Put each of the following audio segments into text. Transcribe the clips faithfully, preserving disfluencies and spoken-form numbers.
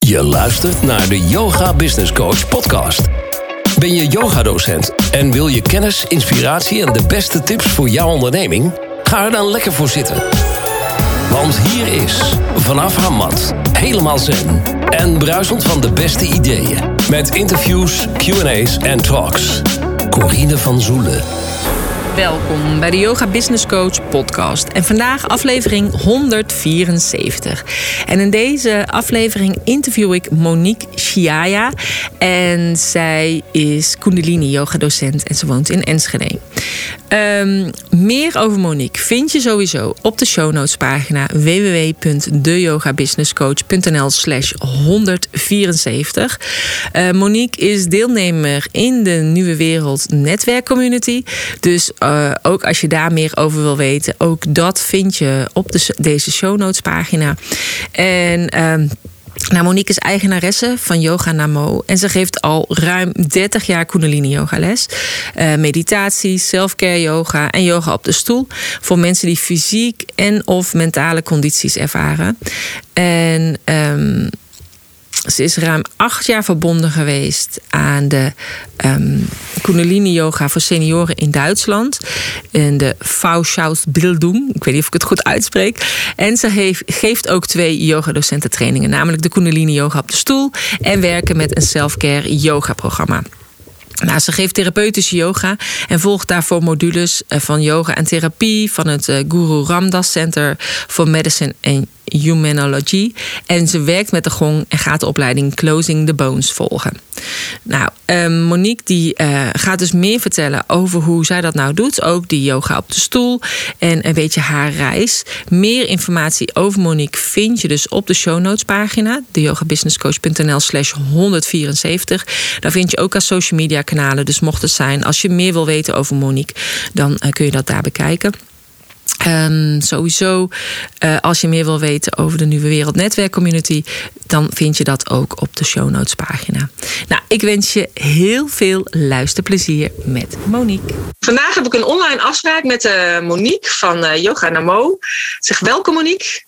Je luistert naar de Yoga Business Coach podcast. Ben je yogadocent en wil je kennis, inspiratie en de beste tips voor jouw onderneming? Ga er dan lekker voor zitten. Want hier is, vanaf haar mat, helemaal zen en bruisend van de beste ideeën. Met interviews, Q en A's en talks. Corine van Zoelen. Welkom bij de Yoga Business Coach podcast. En vandaag aflevering honderdvierenzeventig. En in deze aflevering interview ik Monique Chiaya. En zij is Kundalini yoga docent en ze woont in Enschede. Um, meer over Monique vind je sowieso op de show notes pagina w w w punt de yoga business coach punt n l slash honderdvierenzeventig. Uh, Monique is deelnemer in de Nieuwe Wereld netwerkcommunity. Dus uh, ook als je daar meer over wil weten, ook dat vind je op de, deze show notes pagina. En um, Nou, Monique is eigenaresse van Yoga Namo en ze geeft al ruim dertig jaar Kundalini yoga les. Uh, meditatie, self-care yoga en yoga op de stoel voor mensen die fysiek en of mentale condities ervaren. En um, ze is ruim acht jaar verbonden geweest aan de um, Kundalini yoga voor senioren in Duitsland. En de Vauchausbildung. Ik weet niet of ik het goed uitspreek. En ze heeft, geeft ook twee yogadocententrainingen. Namelijk de Kundalini yoga op de stoel en werken met een self-care yoga programma. Nou, ze geeft therapeutische yoga en volgt daarvoor modules van yoga en therapie van het Guru Ramdas Center for Medicine and Humanology. En ze werkt met de gong en gaat de opleiding Closing the Bones volgen. Nou, um, Monique die uh, gaat dus meer vertellen over hoe zij dat nou doet. Ook die yoga op de stoel en een beetje haar reis. Meer informatie over Monique vind je dus op de show notes pagina. de yoga business coach punt n l slash honderdvierenzeventig. Daar vind je ook haar social media kanalen. Dus mocht het zijn, als je meer wil weten over Monique, dan uh, kun je dat daar bekijken. Um, sowieso, uh, als je meer wil weten over de Nieuwe Wereld netwerkcommunity, dan vind je dat ook op de show notes pagina. Nou, ik wens je heel veel luisterplezier met Monique. Vandaag heb ik een online afspraak met uh, Monique van uh, Yoga Namo. Zeg welkom Monique.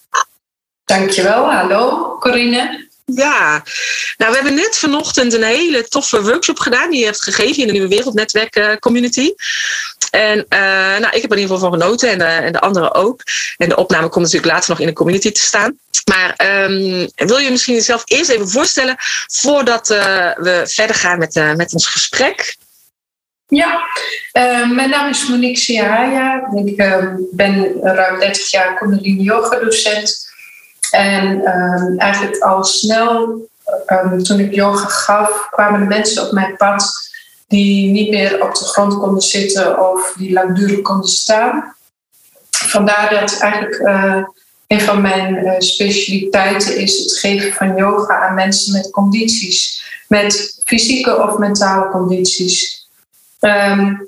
Dankjewel, hallo Corine. Ja, nou we hebben net vanochtend een hele toffe workshop gedaan die je hebt gegeven in de Nieuwe Wereld netwerk uh, community. En uh, nou, ik heb er in ieder geval van genoten en, uh, en de anderen ook. En de opname komt natuurlijk later nog in de community te staan. Maar um, wil je misschien jezelf eerst even voorstellen voordat uh, we verder gaan met, uh, met ons gesprek? Ja, uh, mijn naam is Monique Chiaya. Ik uh, ben ruim dertig jaar Kundalini yoga docent. En um, eigenlijk al snel, um, toen ik yoga gaf, kwamen de mensen op mijn pad die niet meer op de grond konden zitten of die langdurig konden staan. Vandaar dat eigenlijk uh, een van mijn uh, specialiteiten is het geven van yoga aan mensen met condities. Met fysieke of mentale condities. Um,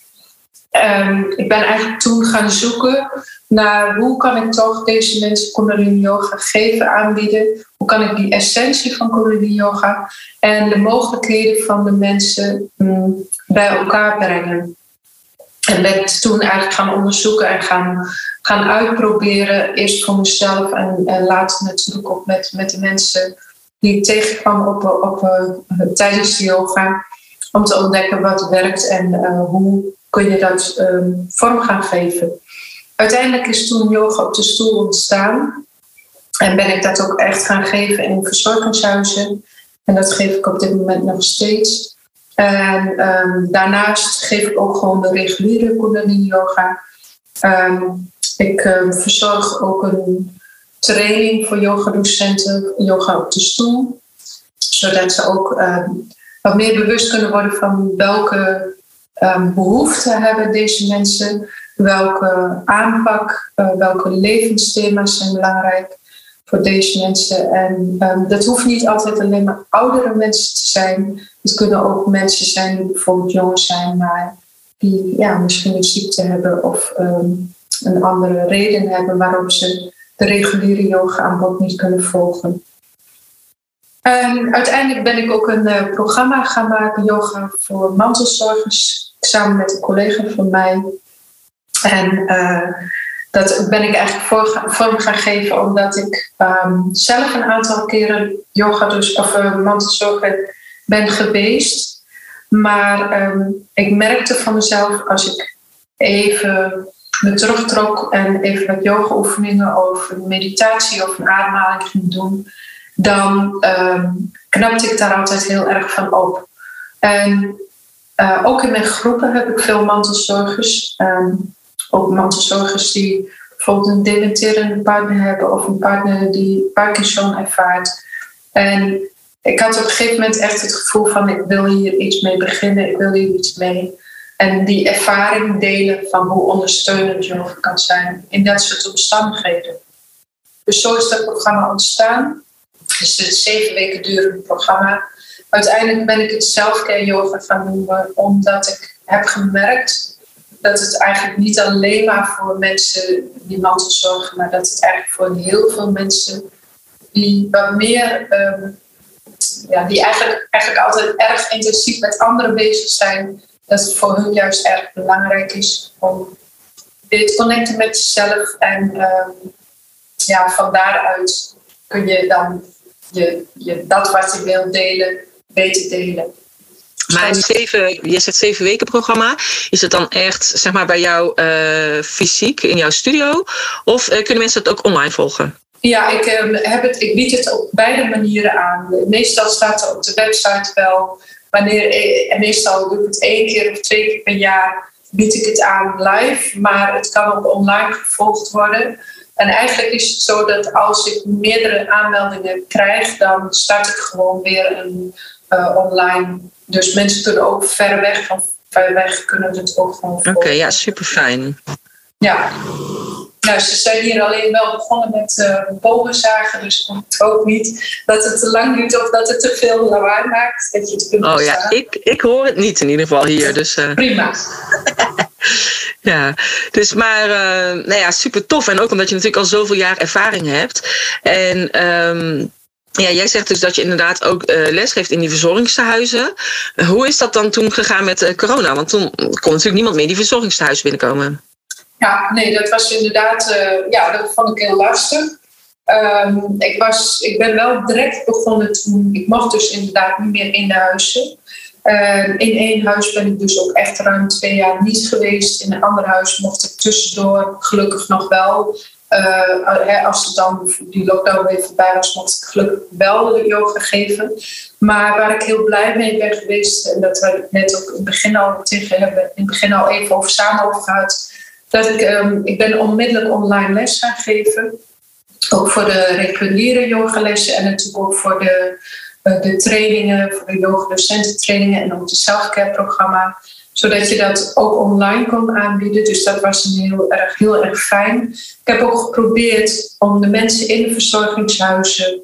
um, ik ben eigenlijk toen gaan zoeken naar hoe kan ik toch deze mensen Kundalini yoga geven, aanbieden. Hoe kan ik die essentie van Kundalini yoga en de mogelijkheden van de mensen um, bij elkaar brengen. En ben toen eigenlijk gaan onderzoeken en gaan, gaan uitproberen. Eerst voor mezelf en, en later natuurlijk ook met, met de mensen die ik tegenkwam op, op, op, tijdens de yoga. Om te ontdekken wat werkt en uh, hoe kun je dat um, vorm gaan geven. Uiteindelijk is toen yoga op de stoel ontstaan. En ben ik dat ook echt gaan geven in verzorgingshuizen. En dat geef ik op dit moment nog steeds. En um, daarnaast geef ik ook gewoon de reguliere Kundalini yoga. Um, ik um, verzorg ook een training voor yogadocenten, yoga op de stoel. Zodat ze ook um, wat meer bewust kunnen worden van welke um, behoeften hebben deze mensen. Welke aanpak, uh, welke levensthema's zijn belangrijk voor deze mensen. En um, dat hoeft niet altijd alleen maar oudere mensen te zijn. Het kunnen ook mensen zijn die bijvoorbeeld jong zijn, maar die ja, misschien een ziekte hebben of um, een andere reden hebben waarom ze de reguliere yoga-aanbod niet kunnen volgen. Um, uiteindelijk ben ik ook een uh, programma gaan maken, yoga voor mantelzorgers, samen met een collega van mij. En uh, dat ben ik eigenlijk voor, vorm gaan geven omdat ik um, zelf een aantal keren yoga dus, of uh, mantelzorger ben geweest. Maar um, ik merkte van mezelf als ik even me terugtrok en even wat yoga-oefeningen of een meditatie of een ademhaling ging doen, dan um, knapte ik daar altijd heel erg van op. En uh, ook in mijn groepen heb ik veel mantelzorgers. Um, ook mantelzorgers die bijvoorbeeld een dementerende partner hebben of een partner die Parkinson ervaart. En ik had op een gegeven moment echt het gevoel van ik wil hier iets mee beginnen, ik wil hier iets mee. En die ervaring delen van hoe ondersteunend yoga kan zijn in dat soort omstandigheden. Dus zo is dat programma ontstaan. Dus het is zeven weken durend programma. Uiteindelijk ben ik het selfcare yoga gaan noemen, omdat ik heb gemerkt dat het eigenlijk niet alleen maar voor mensen die mantelzorgen, maar dat het eigenlijk voor heel veel mensen die wat meer, um, ja, die eigenlijk, eigenlijk altijd erg intensief met anderen bezig zijn, dat het voor hun juist erg belangrijk is om weer te connecten met jezelf. En um, ja, van daaruit kun je dan je, je, dat wat je wilt delen, beter delen. Maar in die zeven, je zegt zeven weken programma, is het dan echt zeg maar bij jou uh, fysiek in jouw studio? Of uh, kunnen mensen het ook online volgen? Ja, ik, uh, heb het, ik bied het op beide manieren aan. Meestal staat er op de website wel, wanneer, en meestal doe ik het één keer of twee keer per jaar, bied ik het aan live. Maar het kan ook online gevolgd worden. En eigenlijk is het zo dat als ik meerdere aanmeldingen krijg, dan start ik gewoon weer een uh, online. Dus mensen kunnen ook ver weg van ver weg kunnen het ook gewoon volgen. Oké, okay, ja, super fijn. Ja. Nou, ze zijn hier alleen wel begonnen met uh, bomenzagen, dus ik hoop niet dat het te lang duurt of dat het te veel lawaai maakt. Dat je het kunt oh ja, ik, ik hoor het niet in ieder geval hier. Dus, uh... prima. Ja, dus maar uh, nou ja, super tof. En ook omdat je natuurlijk al zoveel jaar ervaring hebt. En um, ja, jij zegt dus dat je inderdaad ook uh, les geeft in die verzorgingstehuizen. Uh, hoe is dat dan toen gegaan met uh, corona? Want toen kon natuurlijk niemand meer die verzorgingstehuis binnenkomen. Ja, nee, dat was inderdaad, uh, ja, dat vond ik heel lastig. Um, ik, was, ik ben wel direct begonnen toen, ik mocht dus inderdaad niet meer in de huizen. Uh, in één huis ben ik dus ook echt ruim twee jaar niet geweest. In een ander huis mocht ik tussendoor gelukkig nog wel. Uh, als het dan die lockdown weer voorbij was, mocht ik gelukkig wel yoga geven. Maar waar ik heel blij mee ben geweest, en dat we het net ook in het begin al tegen hebben, in het begin al even over samen over gehad, dat ik, um, ik ben onmiddellijk online les gaan geven. Ook voor de reguliere yogalessen en natuurlijk ook voor de, uh, de trainingen, voor de yogadocententrainingen en ook de selfcare programma. Zodat je dat ook online kon aanbieden. Dus dat was een heel erg, heel erg fijn. Ik heb ook geprobeerd om de mensen in de verzorgingshuizen,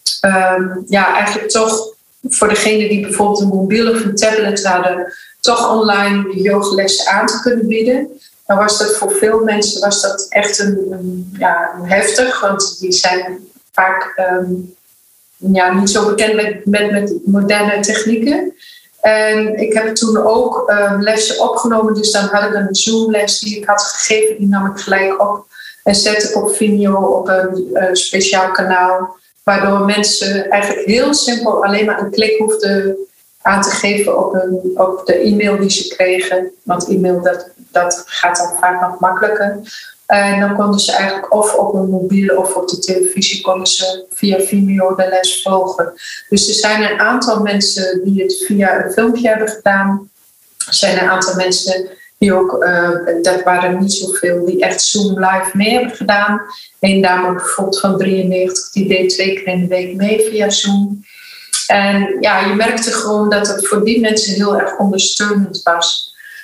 um, ja, eigenlijk toch voor degenen die bijvoorbeeld een mobiel of een tablet hadden, toch online de yogalessen aan te kunnen bieden. Dan was dat voor veel mensen was dat echt een, een, ja, een heftig, want die zijn vaak um, ja, niet zo bekend met, met, met moderne technieken. En ik heb toen ook um, lessen opgenomen, dus dan had ik een Zoom-les die ik had gegeven, die nam ik gelijk op en zette ik op Vimeo op een uh, speciaal kanaal, waardoor mensen eigenlijk heel simpel alleen maar een klik hoefden aan te geven op, een, op de e-mail die ze kregen. Want e-mail, dat, dat gaat dan vaak nog makkelijker. En dan konden ze eigenlijk of op een mobiel of op de televisie konden ze via Vimeo de les volgen. Dus er zijn een aantal mensen die het via een filmpje hebben gedaan. Er zijn een aantal mensen die ook, uh, dat waren niet zoveel, die echt Zoom live mee hebben gedaan. Eén dame bijvoorbeeld van drieënnegentig, die deed twee keer in de week mee via Zoom. En ja, je merkte gewoon dat het voor die mensen heel erg ondersteunend was.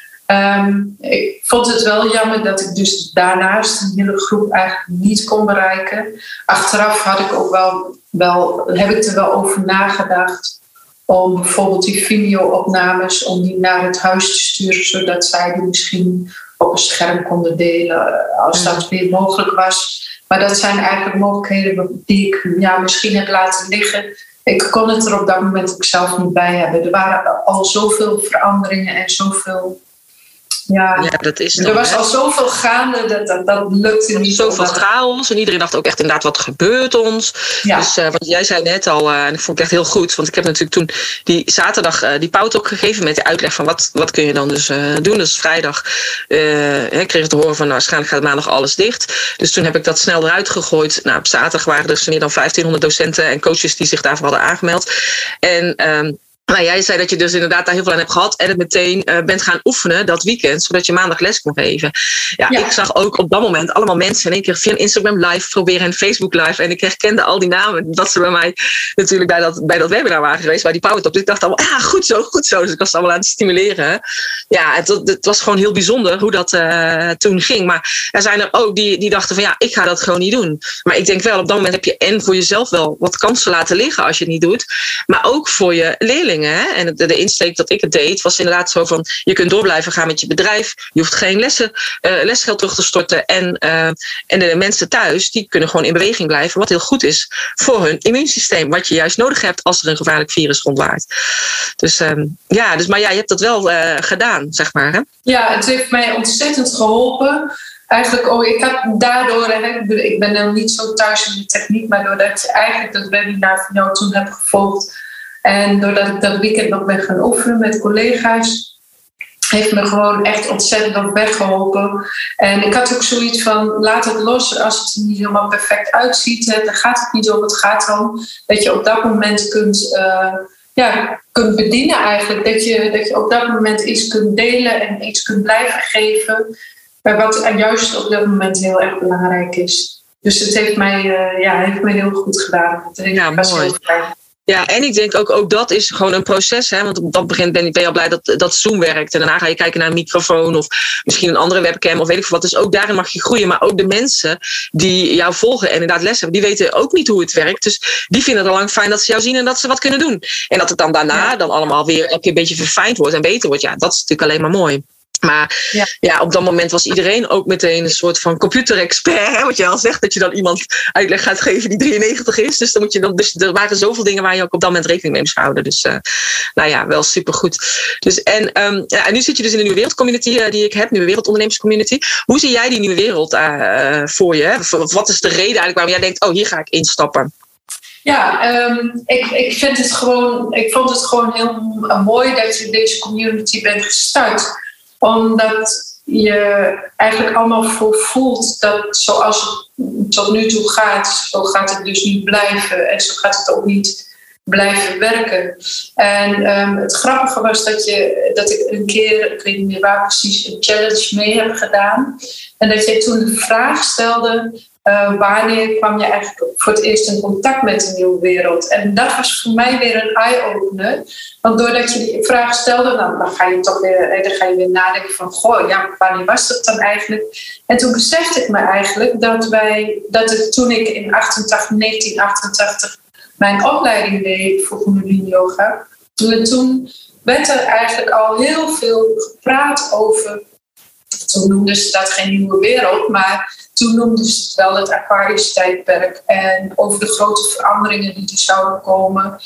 Um, ik vond het wel jammer dat ik dus daarnaast een hele groep eigenlijk niet kon bereiken. Achteraf had ik ook wel, wel, heb ik er wel over nagedacht om bijvoorbeeld die video-opnames om die naar het huis te sturen, zodat zij die misschien op een scherm konden delen als dat weer mogelijk was. Maar dat zijn eigenlijk mogelijkheden die ik ja, misschien heb laten liggen. Ik kon het er op dat moment ook zelf niet bij hebben. Er waren al zoveel veranderingen en zoveel Ja, ja, dat is er dan, was hè? al zoveel gaande, dat, dat, dat lukte niet. Zoveel chaos. En iedereen dacht ook echt inderdaad, wat gebeurt ons? Ja. Dus uh, wat jij zei net al, uh, en ik vond het echt heel goed. Want ik heb natuurlijk toen die zaterdag uh, die pauw ook gegeven met de uitleg van wat, wat kun je dan dus uh, doen. Dus vrijdag uh, ik kreeg te horen van nou, waarschijnlijk gaat maandag alles dicht. Dus toen heb ik dat snel eruit gegooid. Nou, op zaterdag waren er dus meer dan vijftienhonderd docenten en coaches die zich daarvoor hadden aangemeld. En um, nou, jij zei dat je dus inderdaad daar heel veel aan hebt gehad en het meteen uh, bent gaan oefenen dat weekend, zodat je maandag les kon geven. Ja, ja, ik zag ook op dat moment allemaal mensen in één keer via een Instagram live proberen en Facebook live. En ik herkende al die namen dat ze bij mij natuurlijk bij dat, bij dat webinar waren geweest, bij die Power Talk. Dus ik dacht allemaal, ja, goed zo, goed zo. Dus ik was het allemaal aan het stimuleren. Ja, het, het was gewoon heel bijzonder hoe dat uh, toen ging. Maar er zijn er ook die, die dachten van ja, ik ga dat gewoon niet doen. Maar ik denk wel, op dat moment heb je en voor jezelf wel wat kansen laten liggen als je het niet doet. Maar ook voor je leerlingen. Hè? En de, de insteek dat ik het deed was inderdaad zo van je kunt door blijven gaan met je bedrijf. Je hoeft geen lessen, uh, lesgeld terug te storten. En, uh, en de mensen thuis die kunnen gewoon in beweging blijven. Wat heel goed is voor hun immuunsysteem. Wat je juist nodig hebt als er een gevaarlijk virus rondwaart. Dus um, ja, dus, maar ja, je hebt dat wel uh, gedaan, zeg maar. Hè? Ja, het heeft mij ontzettend geholpen. Eigenlijk, oh, ik had daardoor, hè, ik ben nog niet zo thuis in de techniek, maar doordat ik eigenlijk dat webinar van jou toen heb gevolgd en doordat ik dat weekend nog ben gaan oefenen met collega's, heeft me gewoon echt ontzettend op weg geholpen. En ik had ook zoiets van, laat het los als het er niet helemaal perfect uitziet. Hè, daar gaat het niet om, het gaat erom dat je op dat moment kunt, uh, ja, kunt bedienen eigenlijk. Dat je, dat je op dat moment iets kunt delen en iets kunt blijven geven. Wat juist op dat moment heel erg belangrijk is. Dus het heeft mij, uh, ja, heeft mij heel goed gedaan. Dat ja, mooi. Ja, en ik denk ook, ook dat is gewoon een proces. Hè? Want op dat begin ben ik ben je al blij dat, dat Zoom werkt. En daarna ga je kijken naar een microfoon of misschien een andere webcam of weet ik veel wat. Dus ook daarin mag je groeien. Maar ook de mensen die jou volgen en inderdaad les hebben, die weten ook niet hoe het werkt. Dus die vinden het al lang fijn dat ze jou zien en dat ze wat kunnen doen. En dat het dan daarna ja. dan allemaal weer een beetje verfijnd wordt en beter wordt. Ja, dat is natuurlijk alleen maar mooi. Maar ja. ja, op dat moment was iedereen ook meteen een soort van computerexpert. Hè? Wat je al zegt, dat je dan iemand uitleg gaat geven die drieënnegentig is. Dus, dan moet je dan, dus er waren zoveel dingen waar je ook op dat moment rekening mee moest houden. Dus uh, nou ja, wel supergoed. Dus, en, um, ja, en nu zit je dus in de nieuwe wereldcommunity uh, die ik heb, nieuwe wereldondernemerscommunity. Hoe zie jij die nieuwe wereld uh, voor je? Hè? Wat is de reden eigenlijk waarom jij denkt, oh, hier ga ik instappen? Ja, um, ik, ik, vind het gewoon, ik vond het gewoon heel mooi dat je deze community bent gestart. Omdat je eigenlijk allemaal voor voelt dat zoals het tot nu toe gaat, zo gaat het dus niet blijven. En zo gaat het ook niet blijven werken. En um, het grappige was dat, je, dat ik een keer, ik weet niet meer waar precies, een challenge mee heb gedaan. En dat je toen de vraag stelde, uh, wanneer kwam je eigenlijk voor het eerst in contact met de nieuwe wereld? En dat was voor mij weer een eye-opener. Want doordat je die vraag stelde, dan, dan ga je toch weer, dan ga je weer nadenken van, goh, ja, wanneer was dat dan eigenlijk? En toen besefte ik me eigenlijk dat wij, dat het toen ik in negentien achtentachtig mijn opleiding deed voor Kundalini Yoga, toen werd er eigenlijk al heel veel gepraat over, toen noemden ze dat geen nieuwe wereld, maar toen noemden ze het wel het Aquarius-tijdperk en over de grote veranderingen die er zouden komen.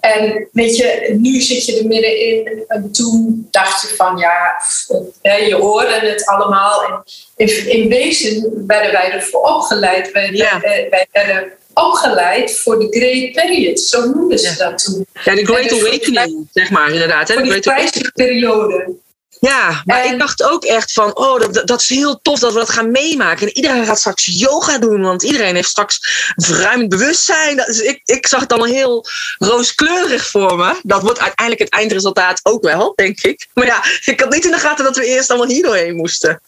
En weet je, nu zit je er middenin en toen dacht je van ja, je hoorde het allemaal. En in, in wezen werden wij ervoor opgeleid. Wij, ja. wij werden opgeleid voor de Great Period, zo noemden ze ja. dat toen. Ja, de Great Awakening, zeg maar inderdaad. Hè? Voor de prijsperiode. Ja, maar en, ik dacht ook echt van, oh, dat, dat is heel tof dat we dat gaan meemaken. En iedereen gaat straks yoga doen, want iedereen heeft straks een verruimend bewustzijn. Dus ik, ik zag het dan heel rooskleurig voor me. Dat wordt uiteindelijk het eindresultaat ook wel, denk ik. Maar ja, ik had niet in de gaten dat we eerst allemaal hier doorheen moesten.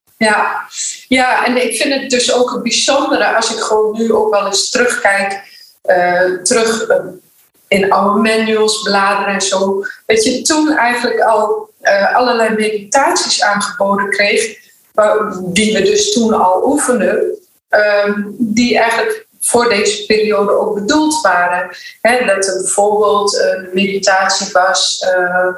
Ja, ja, en ik vind het dus ook het bijzondere als ik gewoon nu ook wel eens terugkijk, uh, terug uh, in oude manuals, bladeren en zo, dat je toen eigenlijk al Uh, allerlei meditaties aangeboden kreeg, uh, die we dus toen al oefenden, uh, die eigenlijk voor deze periode ook bedoeld waren. Hè, dat er bijvoorbeeld uh, een meditatie was uh,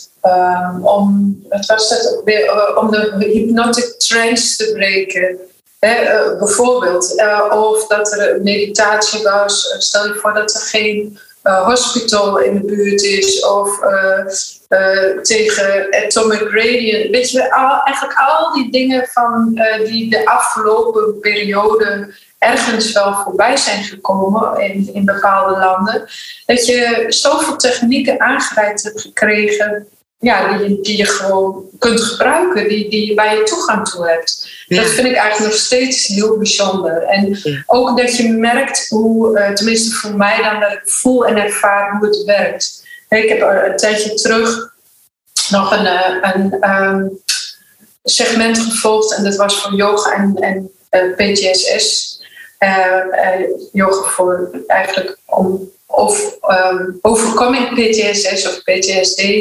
um, om, wat was dat ook weer, uh, om de hypnotic trance te breken. Hè, uh, bijvoorbeeld. Uh, of dat er een meditatie was, uh, stel je voor dat er geen uh, hospital in de buurt is of uh, uh, tegen atomic radiant. Weet je, al, eigenlijk al die dingen van, uh, die de afgelopen periode ergens wel voorbij zijn gekomen in, in bepaalde landen. Dat je zoveel technieken aangereikt hebt gekregen, ja, die, die je gewoon kunt gebruiken, die, die, waar je toegang toe hebt. Ja. Dat vind ik eigenlijk nog steeds heel bijzonder. En ja. ook dat je merkt hoe, uh, tenminste voor mij dan, dat ik voel en ervaar hoe het werkt. Ik heb een tijdje terug nog een, een um, segment gevolgd en dat was voor yoga en, en uh, P T S S. Uh, uh, yoga voor eigenlijk om of, um, overcoming P T S S of P T S D.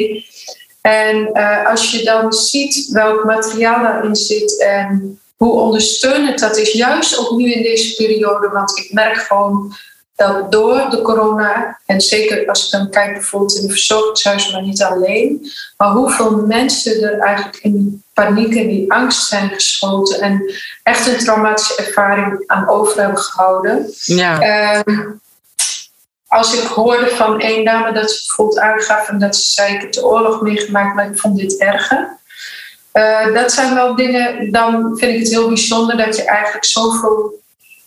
En uh, als je dan ziet welk materiaal daarin zit en hoe ondersteunend dat is, juist ook nu in deze periode, want ik merk gewoon dat door de corona, en zeker als ik dan kijk bijvoorbeeld in de verzorgingshuizen, maar niet alleen, maar hoeveel mensen er eigenlijk in die paniek en die angst zijn geschoten en echt een traumatische ervaring aan over hebben gehouden. Ja. Um, Als ik hoorde van één dame dat ze bijvoorbeeld aangaf en dat ze zei, ik heb de oorlog meegemaakt, maar ik vond dit erger. Uh, dat zijn wel dingen, dan vind ik het heel bijzonder dat je eigenlijk zoveel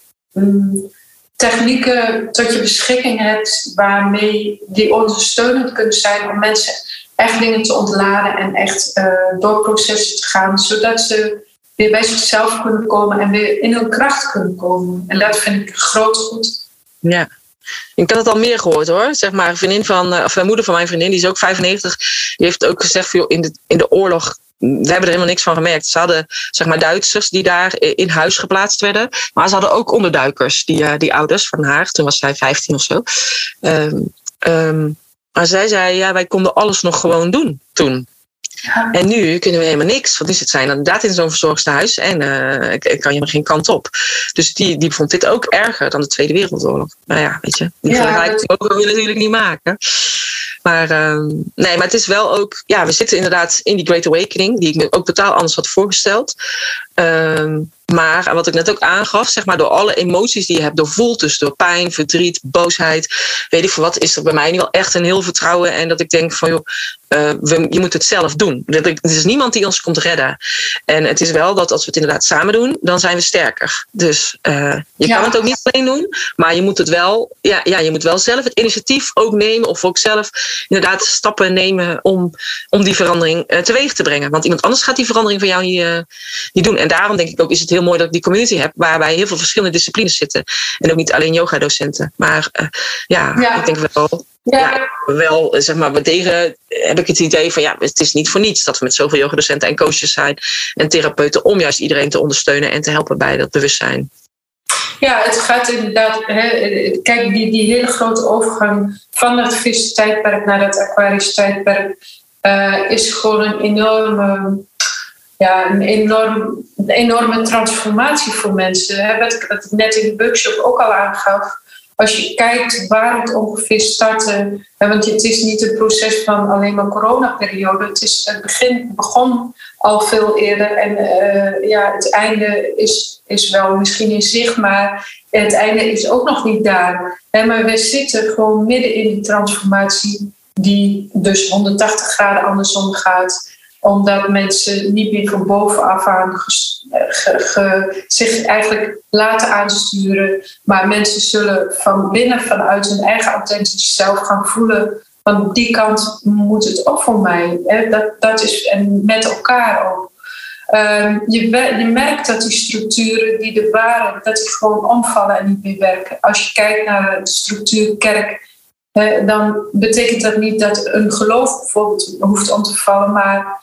um, technieken tot je beschikking hebt waarmee die ondersteunend kunnen zijn om mensen echt dingen te ontladen en echt uh, door processen te gaan, zodat ze weer bij zichzelf kunnen komen en weer in hun kracht kunnen komen. En dat vind ik een groot goed. Ja. Ik had het al meer gehoord hoor. Zeg maar, een vriendin van, of de moeder van mijn vriendin, die is ook vijfennegentig. Die heeft ook gezegd, joh, in, de, in de oorlog, we hebben er helemaal niks van gemerkt. Ze hadden zeg maar Duitsers die daar in huis geplaatst werden. Maar ze hadden ook onderduikers, die, die ouders van haar. Toen was zij vijftien of zo. Um, um, maar zij zei, ja, wij konden alles nog gewoon doen toen. Ja. En nu kunnen we helemaal niks. Want nu zit zij inderdaad in zo'n verzorgingstehuis en uh, ik, ik kan je maar geen kant op. Dus die, die vond dit ook erger dan de Tweede Wereldoorlog. Nou ja, weet je, die ja, vergelijking dat... wil je natuurlijk niet maken. Maar um, nee, maar het is wel ook, ja, we zitten inderdaad in die Great Awakening, die ik me ook totaal anders had voorgesteld. Um, maar wat ik net ook aangaf, zeg maar, door alle emoties die je hebt doorvoeld, dus door pijn, verdriet, boosheid, weet ik veel wat, is er bij mij nu wel echt een heel vertrouwen. En dat ik denk van, joh, uh, we, je moet het zelf doen. Er is niemand die ons komt redden. En het is wel dat als we het inderdaad samen doen, dan zijn we sterker. Dus uh, je ja. kan het ook niet alleen doen, maar je moet het wel, ja, ja, je moet wel zelf het initiatief ook nemen, of ook zelf inderdaad stappen nemen om, om die verandering uh, teweeg te brengen. Want iemand anders gaat die verandering van jou niet, uh, niet doen. En daarom denk ik ook, is het heel mooi dat ik die community heb, waarbij heel veel verschillende disciplines zitten. En ook niet alleen yoga-docenten. Maar uh, ja, ja, ik denk wel, ja. Ja, wel, zeg maar, tegen heb ik het idee van, ja, het is niet voor niets dat we met zoveel yoga-docenten en coaches zijn en therapeuten om juist iedereen te ondersteunen en te helpen bij dat bewustzijn. Ja, het gaat inderdaad, hè, kijk, die, die hele grote overgang van dat vis-tijdperk naar dat aquarisch-tijdperk uh, is gewoon een enorme, ja, een, enorm, een enorme transformatie voor mensen. Hè, wat, ik, wat ik net in de workshop ook al aangaf. Als je kijkt waar het ongeveer startte, want het is niet een proces van alleen maar coronaperiode. Het, is, het begin, begon al veel eerder en uh, ja, het einde is, is wel misschien in zicht, maar het einde is ook nog niet daar. En maar we zitten gewoon midden in die transformatie die dus honderdtachtig graden andersom gaat, omdat mensen niet meer van bovenaf aan ges, ge, ge, zich eigenlijk laten aansturen. Maar mensen zullen van binnen, vanuit hun eigen authentische zelf gaan voelen, van die kant moet het ook voor mij. Hè? Dat, dat is, en met elkaar ook. Um, je, je merkt dat die structuren die er waren, dat die gewoon omvallen en niet meer werken. Als je kijkt naar de structuur kerk, hè, dan betekent dat niet dat een geloof bijvoorbeeld hoeft om te vallen, maar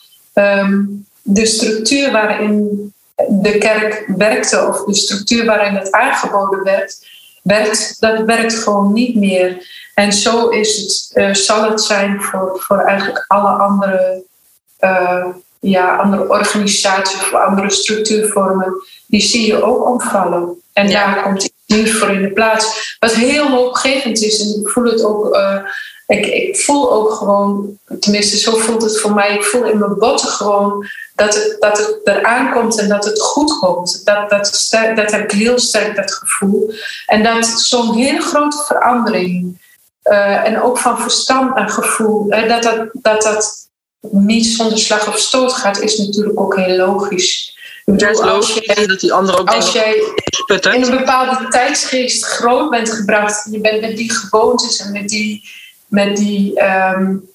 Um, de structuur waarin de kerk werkte of de structuur waarin het aangeboden werd, werkt, dat werkt gewoon niet meer. En zo is het, uh, zal het zijn voor, voor eigenlijk alle andere, uh, ja, andere organisaties of andere structuurvormen. Die zie je ook omvallen. En ja. daar komt iets nieuws voor in de plaats. Wat heel hoopgevend is, en ik voel het ook... Uh, Ik, ik voel ook gewoon, tenminste zo voelt het voor mij, ik voel in mijn botten gewoon dat het, dat het eraan komt en dat het goed komt. Dat, dat, sterk, dat heb ik heel sterk, dat gevoel. En dat zo'n hele grote verandering, Uh, en ook van verstand en gevoel. Uh, dat, dat, dat dat niet zonder slag of stoot gaat, is natuurlijk ook heel logisch. Ik bedoel, ja, als je, dat die andere ook als jij in een bepaalde tijdsgeest groot bent gebracht, je bent met die gewoontes en met die, met die, um,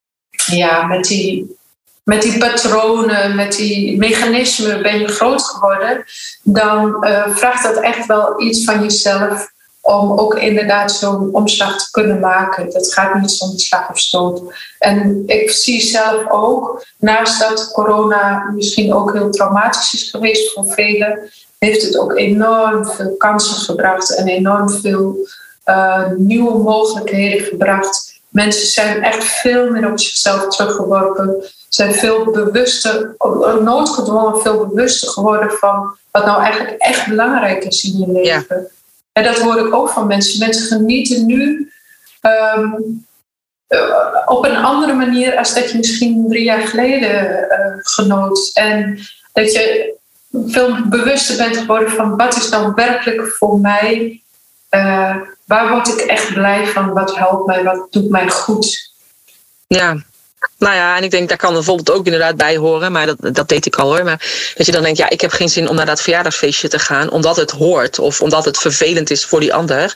ja, met die, met die patronen, met die mechanismen ben je groot geworden, dan uh, vraagt dat echt wel iets van jezelf om ook inderdaad zo'n omslag te kunnen maken. Dat gaat niet zonder slag of stoot. En ik zie zelf ook, naast dat corona misschien ook heel traumatisch is geweest voor velen, heeft het ook enorm veel kansen gebracht en enorm veel uh, nieuwe mogelijkheden gebracht. Mensen zijn echt veel meer op zichzelf teruggeworpen, zijn veel bewuster, noodgedwongen veel bewuster geworden van wat nou eigenlijk echt belangrijk is in je leven. Ja. En dat hoor ik ook van mensen. Mensen genieten nu um, uh, op een andere manier als dat je misschien drie jaar geleden uh, genoot. En dat je veel bewuster bent geworden van wat is nou werkelijk voor mij. Uh, waar word ik echt blij van? Wat helpt mij? Wat doet mij goed? Ja. Nou ja, en ik denk, daar kan bijvoorbeeld ook inderdaad bij horen, maar dat, dat deed ik al hoor. Maar dat je dan denkt, ja, ik heb geen zin om naar dat verjaardagsfeestje te gaan, omdat het hoort of omdat het vervelend is voor die ander.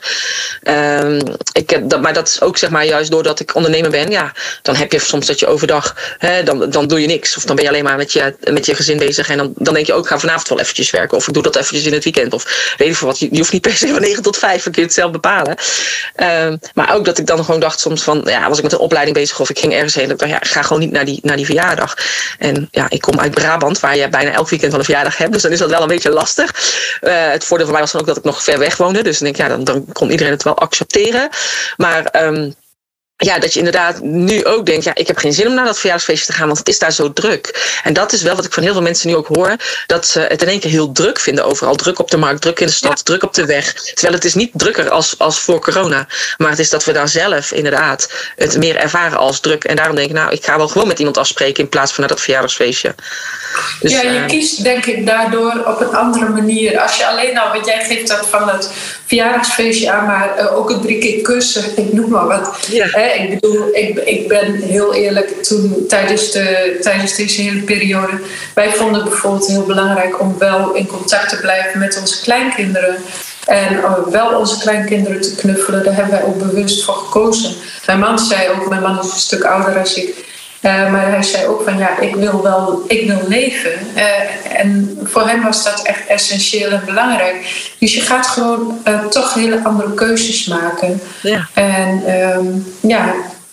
Um, ik heb dat, maar dat is ook zeg maar juist doordat ik ondernemer ben, ja, dan heb je soms dat je overdag, hè, dan, dan doe je niks. Of dan ben je alleen maar met je, met je gezin bezig en dan, dan denk je ook, ik ga vanavond wel eventjes werken of ik doe dat eventjes in het weekend. Of weet ik veel wat, je, je hoeft niet per se van negen tot vijf, dan kun je het zelf bepalen. Um, maar ook dat ik dan gewoon dacht soms van, ja, was ik met een opleiding bezig of ik ging ergens heen, dat ik dacht, ja, ga gewoon niet naar die, naar die verjaardag. En ja, ik kom uit Brabant, waar je bijna elk weekend wel een verjaardag hebt. Dus dan is dat wel een beetje lastig. Uh, het voordeel van mij was dan ook dat ik nog ver weg woonde. Dus dan denk ik, ja, dan, dan kon iedereen het wel accepteren. Maar um, ja, dat je inderdaad nu ook denkt, ja, ik heb geen zin om naar dat verjaardagsfeestje te gaan, want het is daar zo druk. En dat is wel wat ik van heel veel mensen nu ook hoor, dat ze het in één keer heel druk vinden overal. Druk op de markt, druk in de stad, ja. Druk op de weg. Terwijl het is niet drukker als, als voor corona. Maar het is dat we daar zelf inderdaad het meer ervaren als druk. En daarom denk ik, nou, ik ga wel gewoon met iemand afspreken in plaats van naar dat verjaardagsfeestje. Dus, ja, je uh, kiest denk ik daardoor op een andere manier. Als je alleen al, want jij geeft dat van het verjaardagsfeestje aan, maar uh, ook een drie keer kussen, ik noem maar wat. Ja. Hè, ik bedoel, ik, ik ben heel eerlijk, toen tijdens, de, tijdens deze hele periode, wij vonden het bijvoorbeeld heel belangrijk om wel in contact te blijven met onze kleinkinderen. En uh, wel onze kleinkinderen te knuffelen, daar hebben wij ook bewust voor gekozen. Mijn man zei ook, mijn man is een stuk ouder als ik, Uh, maar hij zei ook van ja, ik wil wel, ik wil leven. Uh, en voor hem was dat echt essentieel en belangrijk. Dus je gaat gewoon uh, toch hele andere keuzes maken. Ja. En um, ja,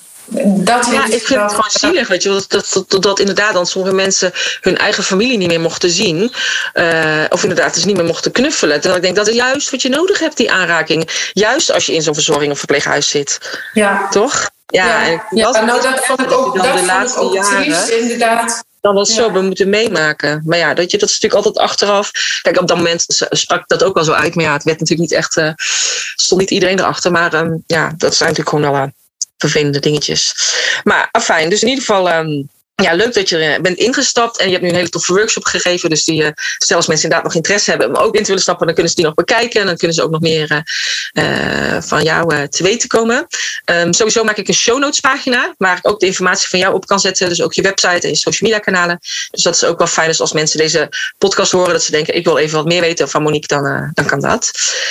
dat ja, ik vind het gewoon zielig, weet je, dat, dat, dat, dat inderdaad dan sommige mensen hun eigen familie niet meer mochten zien. Uh, of inderdaad dus niet meer mochten knuffelen. Terwijl ik denk, dat is juist wat je nodig hebt, die aanraking. Juist als je in zo'n verzorging of verpleeghuis zit. Ja. Toch? Ja, ja, en ja nou dat vond ik ook, dat de laatste ook jaren, triest, inderdaad. Dan was het ja. zo, we moeten meemaken. Maar ja, dat, je, dat is natuurlijk altijd achteraf. Kijk, op dat moment sprak dat ook wel zo uit. Maar ja, het werd natuurlijk niet echt, uh, stond niet iedereen erachter. Maar um, ja, dat zijn natuurlijk gewoon wel uh, vervelende dingetjes. Maar afijn, dus in ieder geval, Um, ja, leuk dat je bent ingestapt en je hebt nu een hele toffe workshop gegeven. Dus die, uh, stel als mensen inderdaad nog interesse hebben om ook in te willen stappen, dan kunnen ze die nog bekijken. En dan kunnen ze ook nog meer uh, van jou uh, te weten komen. Um, sowieso maak ik een show notes pagina, waar ik ook de informatie van jou op kan zetten. Dus ook je website en je social media kanalen. Dus dat is ook wel fijn. Dus als mensen deze podcast horen, dat ze denken, ik wil even wat meer weten van Monique, dan, uh, dan kan dat.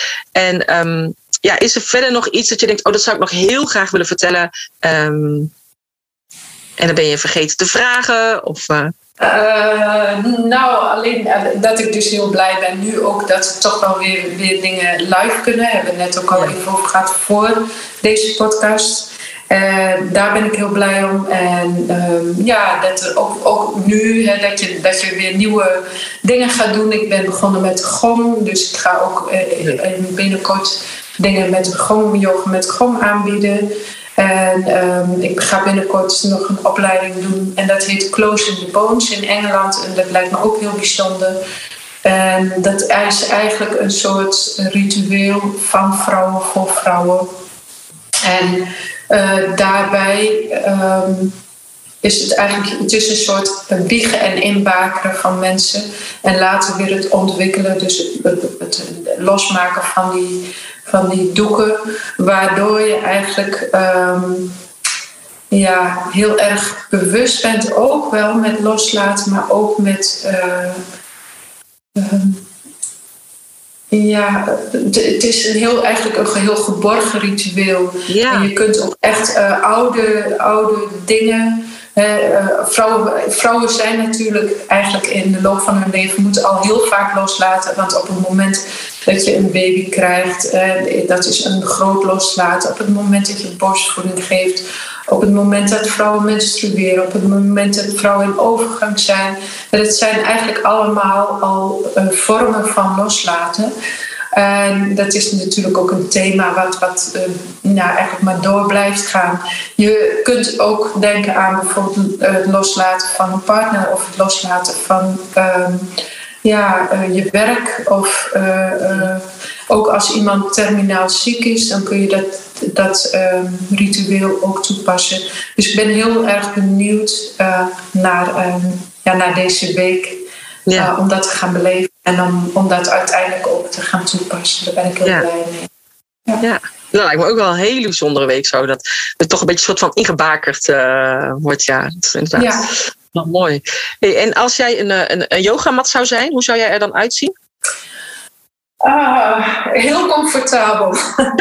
En um, ja, is er verder nog iets dat je denkt, oh, dat zou ik nog heel graag willen vertellen? Um, En dan ben je vergeten te vragen? Of, uh... Uh, nou, alleen dat ik dus heel blij ben nu ook dat we toch wel weer, weer dingen live kunnen. We hebben net ook al even over gehad voor deze podcast. Uh, daar ben ik heel blij om. En um, ja, dat er ook, ook nu hè, dat, je, dat je weer nieuwe dingen gaat doen. Ik ben begonnen met Gong, dus ik ga ook uh, binnenkort dingen met Gong, yoga met Gong aanbieden. En um, ik ga binnenkort nog een opleiding doen. En dat heet Closing the Bones in Engeland. En dat lijkt me ook heel bijzonder. En dat is eigenlijk een soort ritueel van vrouwen voor vrouwen. En uh, daarbij um, is het eigenlijk het is een soort wiegen en inbakeren van mensen. En later weer het ontwikkelen, dus het, het, het losmaken van die, van die doeken. Waardoor je eigenlijk um, ja, heel erg bewust bent, ook wel met loslaten, maar ook met... Uh, um, Ja, het is een heel, eigenlijk een heel geborgen ritueel. Ja. En je kunt ook echt uh, oude, oude dingen... Uh, vrouwen, vrouwen zijn natuurlijk eigenlijk in de loop van hun leven... moeten al heel vaak loslaten. Want op het moment dat je een baby krijgt... Uh, dat is een groot loslaten. Op het moment dat je borstvoeding geeft... op het moment dat vrouwen menstrueren... op het moment dat vrouwen in overgang zijn... dat zijn eigenlijk allemaal al uh, vormen van loslaten... En dat is natuurlijk ook een thema wat, wat uh, nou, eigenlijk maar door blijft gaan. Je kunt ook denken aan bijvoorbeeld het loslaten van een partner... of het loslaten van um, ja, uh, je werk. Of uh, uh, ook als iemand terminaal ziek is... dan kun je dat, dat um, ritueel ook toepassen. Dus ik ben heel erg benieuwd uh, naar, um, ja, naar deze week... Ja. Uh, om dat te gaan beleven en om, om dat uiteindelijk ook te gaan toepassen. Daar ben ik heel ja. blij mee. Ja. Ja. Dat lijkt me ook wel een hele bijzondere week zo. Dat het toch een beetje soort van ingebakerd uh, wordt. Ja, dat is inderdaad ja. nog mooi. Hey, en als jij een, een, een yogamat zou zijn, hoe zou jij er dan uitzien? Uh, heel comfortabel.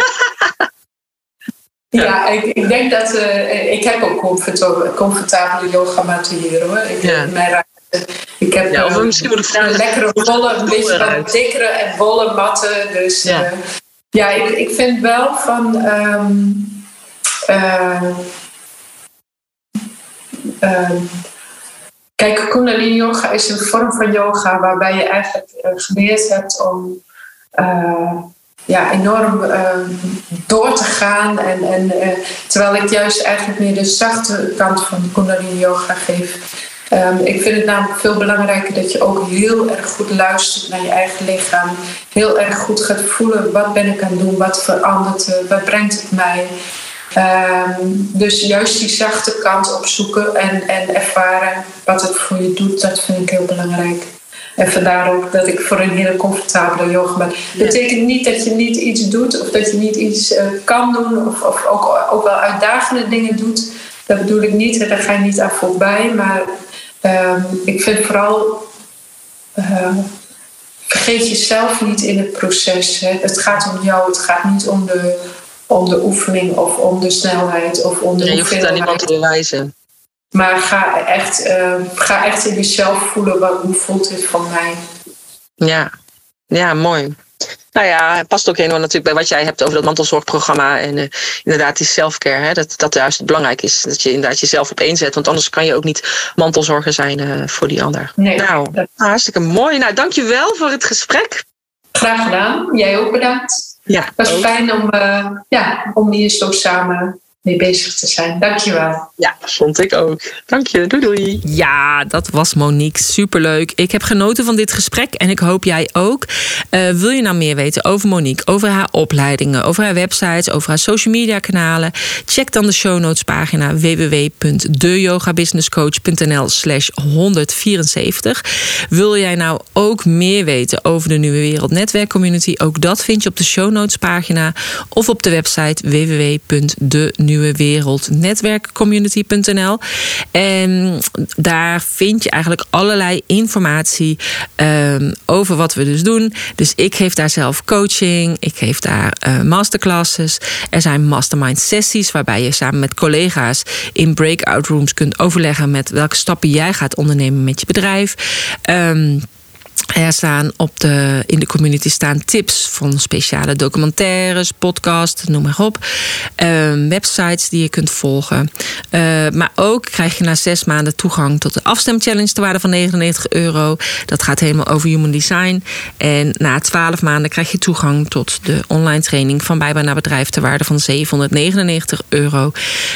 Ja, ja ik, ik denk dat... Uh, ik heb ook comfortabele, comfortabele yogamatten hier hoor. Ik, ja. Mijn ruimte. Ik heb ja, of uh, misschien moet ik een lekkere volle, een beetje wat dikkere en volle matten. Dus ja, uh, ja ik, ik vind wel van... Um, uh, uh, kijk, Kundalini yoga is een vorm van yoga... waarbij je eigenlijk uh, geleerd hebt om... Uh, ja, enorm uh, door te gaan. En, en, uh, terwijl ik juist eigenlijk meer de zachte kant van de Kundalini yoga geef... Um, ik vind het namelijk veel belangrijker dat je ook heel erg goed luistert naar je eigen lichaam. Heel erg goed gaat voelen, wat ben ik aan het doen, wat verandert er, wat brengt het mij. Um, dus juist die zachte kant opzoeken en, en ervaren wat het voor je doet, dat vind ik heel belangrijk. En vandaar ook dat ik voor een hele comfortabele yoga ben. Dat betekent niet dat je niet iets doet of dat je niet iets uh, kan doen of, of ook, ook wel uitdagende dingen doet. Dat bedoel ik niet, daar ga je niet aan voorbij, maar... Um, ik vind vooral, uh, vergeet jezelf niet in het proces. Hè. Het gaat om jou, het gaat niet om de, om de oefening of om de snelheid of om de ja, je hoeft het aan niemand te bewijzen. Maar ga echt, uh, ga echt in jezelf voelen, wat, hoe voelt dit van mij? Ja, ja, mooi. Nou ja, het past ook helemaal natuurlijk bij wat jij hebt over dat mantelzorgprogramma. En uh, inderdaad die selfcare, hè, dat, dat juist belangrijk is. Dat je inderdaad jezelf op één zet. Want anders kan je ook niet mantelzorger zijn uh, voor die ander. Nee, nou, dat... hartstikke mooi. Nou, dankjewel voor het gesprek. Graag gedaan. Jij ook bedankt. Ja, het was ook fijn om, uh, ja, om hier zo samen mee bezig te zijn. Dankjewel. Ja, vond ik ook. Dank je. Doei doei. Ja, dat was Monique. Superleuk. Ik heb genoten van dit gesprek en ik hoop jij ook. Uh, wil je nou meer weten over Monique, over haar opleidingen, over haar websites, over haar social media kanalen? Check dan de show notes pagina w w w punt de yoga business coach punt n l slash honderdvierenzeventig. Wil jij nou ook meer weten over de Nieuwe Wereld Netwerkcommunity? Ook dat vind je op de show notes pagina of op de website w w w punt de nieuwe wereld netwerkcommunity punt n l. En daar vind je eigenlijk allerlei informatie um, over wat we dus doen. Dus ik geef daar zelf coaching, ik geef daar uh, masterclasses. Er zijn mastermind sessies waarbij je samen met collega's in breakout rooms kunt overleggen met welke stappen jij gaat ondernemen met je bedrijf. Um, Er staan op de, in de community staan tips van speciale documentaires, podcasts, noem maar op. Uh, websites die je kunt volgen. Uh, maar ook krijg je na zes maanden toegang tot de afstemchallenge ter waarde van negenennegentig euro. Dat gaat helemaal over human design. En na twaalf maanden krijg je toegang tot de online training van bijbaan naar bedrijf ter waarde van zevenhonderdnegenennegentig euro.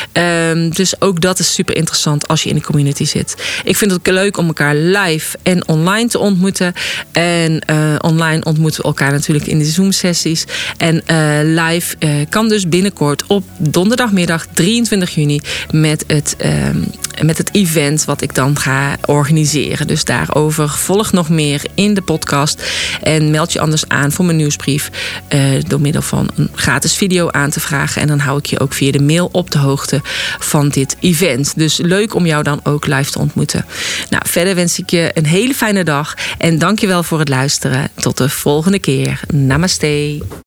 Uh, dus ook dat is super interessant als je in de community zit. Ik vind het leuk om elkaar live en online te ontmoeten. En uh, online ontmoeten we elkaar natuurlijk in de Zoom-sessies. En uh, live uh, kan dus binnenkort op donderdagmiddag drieëntwintig juni met het, uh, met het event wat ik dan ga organiseren. Dus daarover volg nog meer in de podcast. En meld je anders aan voor mijn nieuwsbrief uh, door middel van een gratis video aan te vragen. En dan hou ik je ook via de mail op de hoogte van dit event. Dus leuk om jou dan ook live te ontmoeten. Nou, verder wens ik je een hele fijne dag. En dank je wel voor het luisteren. Tot de volgende keer. Namaste.